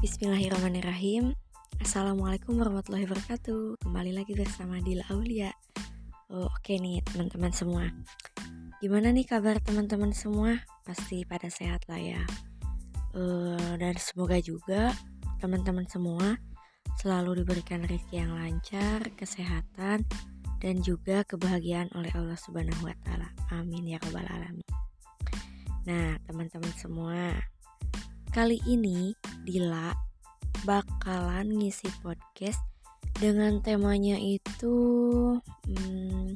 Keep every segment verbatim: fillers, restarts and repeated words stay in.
Bismillahirrahmanirrahim. Assalamualaikum warahmatullahi wabarakatuh. Kembali lagi bersama Dila Aulia. Oh, Oke okay nih teman-teman semua. Gimana nih kabar teman-teman semua? Pasti pada sehat lah ya. uh, Dan semoga juga teman-teman semua selalu diberikan rezeki yang lancar, kesehatan, dan juga kebahagiaan oleh Allah Subhanahu wa Ta'ala. Amin ya rabbal alamin. Nah teman-teman semua, kali ini Dila bakalan ngisi podcast dengan temanya itu hmm,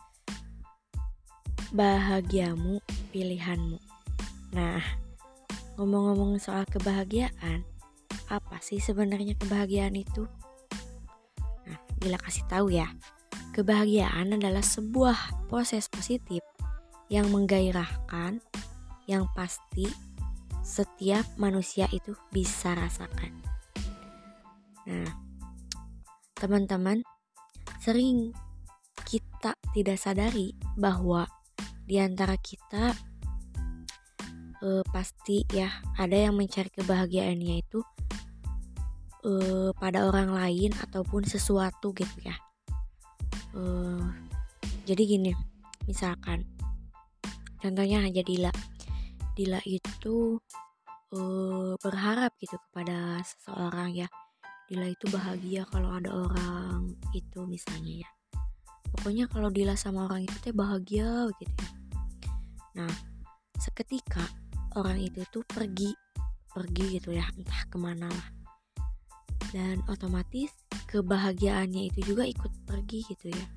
bahagiamu pilihanmu. Nah, ngomong-ngomong soal kebahagiaan, apa sih sebenarnya kebahagiaan itu? Nah, Dila kasih tahu ya. Kebahagiaan adalah sebuah proses positif yang menggairahkan, yang pasti setiap manusia itu bisa rasakan. Nah, teman-teman, sering kita tidak sadari bahwa di antara kita eh, pasti ya ada yang mencari kebahagiaannya itu eh, pada orang lain ataupun sesuatu gitu ya. Eh, jadi gini, misalkan contohnya aja Dila. Dila itu uh, berharap gitu kepada seseorang ya. Dila itu bahagia kalau ada orang itu misalnya ya. Pokoknya kalau Dila sama orang itu teh bahagia gitu ya. Nah, seketika orang itu tuh pergi, pergi gitu ya, entah kemana lah. Dan otomatis kebahagiaannya itu juga ikut pergi gitu ya.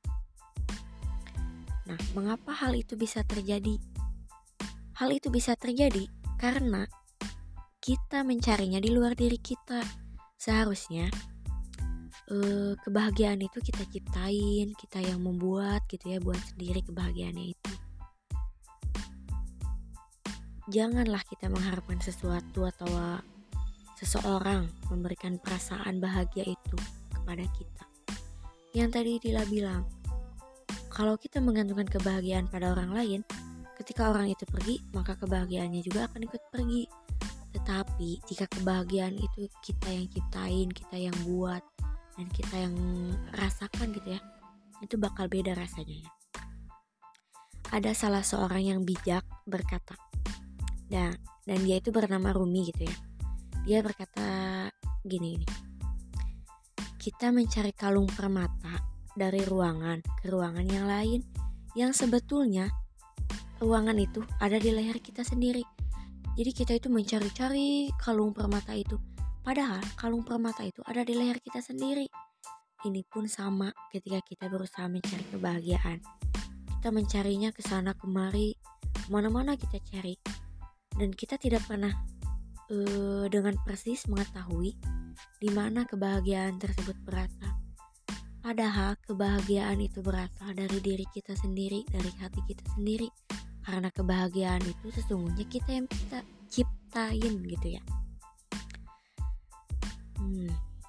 Nah, mengapa hal itu bisa terjadi? Hal itu bisa terjadi karena kita mencarinya di luar diri kita. Seharusnya eh, kebahagiaan itu kita ciptain, kita yang membuat gitu ya, buat sendiri kebahagiaannya itu. Janganlah kita mengharapkan sesuatu atau seseorang memberikan perasaan bahagia itu kepada kita. Yang tadi Dila bilang, kalau kita menggantungkan kebahagiaan pada orang lain, ketika orang itu pergi, maka kebahagiaannya juga akan ikut pergi. Tetapi jika kebahagiaan itu kita yang ciptain, kita yang buat, dan kita yang rasakan gitu ya, itu bakal beda rasanya ya. Ada salah seorang yang bijak berkata, dan, dan dia itu bernama Rumi gitu ya. Dia berkata gini nih, kita mencari kalung permata dari ruangan ke ruangan yang lain, yang sebetulnya ruangan itu ada di leher kita sendiri. Jadi kita itu mencari-cari kalung permata itu, padahal kalung permata itu ada di leher kita sendiri. Ini pun sama ketika kita berusaha mencari kebahagiaan. Kita mencarinya ke sana kemari, kemana-mana kita cari, dan kita tidak pernah uh, dengan persis mengetahui di mana kebahagiaan tersebut berasal. Padahal kebahagiaan itu berasal dari diri kita sendiri, dari hati kita sendiri. Karena kebahagiaan itu sesungguhnya kita yang kita ciptain gitu ya. Hmm.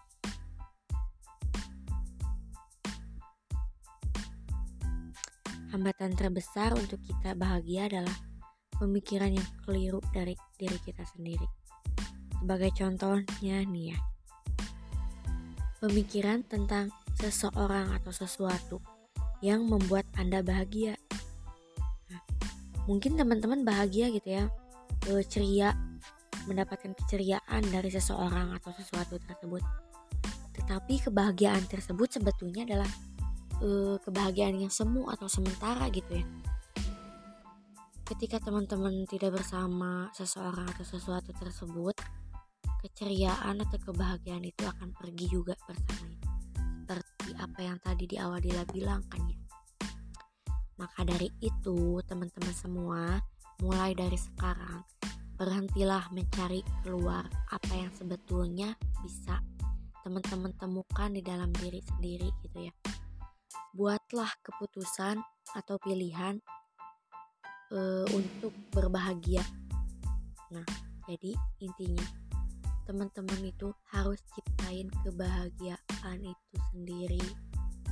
Hambatan terbesar untuk kita bahagia adalah pemikiran yang keliru dari diri kita sendiri. Sebagai contohnya nih ya, pemikiran tentang seseorang atau sesuatu yang membuat Anda bahagia. Mungkin teman-teman bahagia gitu ya, e, ceria, mendapatkan keceriaan dari seseorang atau sesuatu tersebut. Tetapi kebahagiaan tersebut sebetulnya adalah e, kebahagiaan yang semu atau sementara gitu ya. Ketika teman-teman tidak bersama seseorang atau sesuatu tersebut, keceriaan atau kebahagiaan itu akan pergi juga bersamanya. Seperti apa yang tadi di awal Dila bilang kan ya. Maka dari itu teman-teman semua, mulai dari sekarang berhentilah mencari keluar apa yang sebetulnya bisa teman-teman temukan di dalam diri sendiri gitu ya. Buatlah keputusan atau pilihan e, untuk berbahagia. Nah, jadi intinya teman-teman itu harus ciptain kebahagiaan itu sendiri.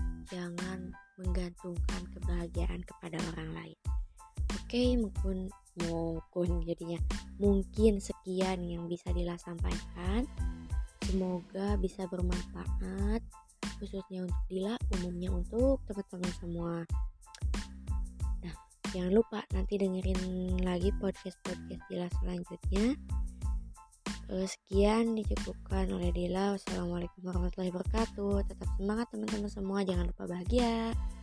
Jangan menggantungkan kebahagiaan kepada orang lain. Oke, mungkin mungkin jadinya mungkin sekian yang bisa Dila sampaikan. Semoga bisa bermanfaat, khususnya untuk Dila, umumnya untuk teman-teman semua. Nah, jangan lupa nanti dengerin lagi podcast-podcast Dila selanjutnya. Sekian dicukupkan oleh Dila. Wassalamualaikum warahmatullahi wabarakatuh. Tetap semangat teman-teman semua, jangan lupa bahagia.